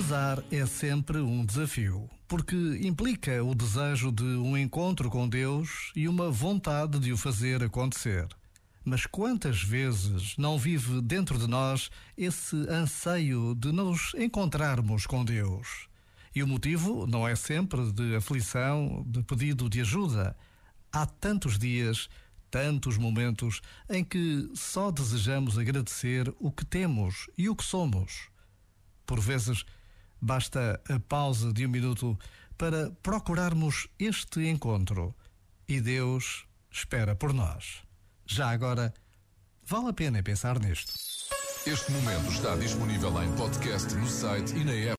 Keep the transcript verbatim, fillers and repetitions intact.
Rezar é sempre um desafio, porque implica o desejo de um encontro com Deus e uma vontade de o fazer acontecer. Mas quantas vezes não vive dentro de nós esse anseio de nos encontrarmos com Deus? E o motivo não é sempre de aflição, de pedido de ajuda. Há tantos dias, tantos momentos em que só desejamos agradecer o que temos e o que somos. Por vezes, basta a pausa de um minuto para procurarmos este encontro e Deus espera por nós. Já agora, vale a pena pensar nisto. Este momento está disponível em podcast no site e na app.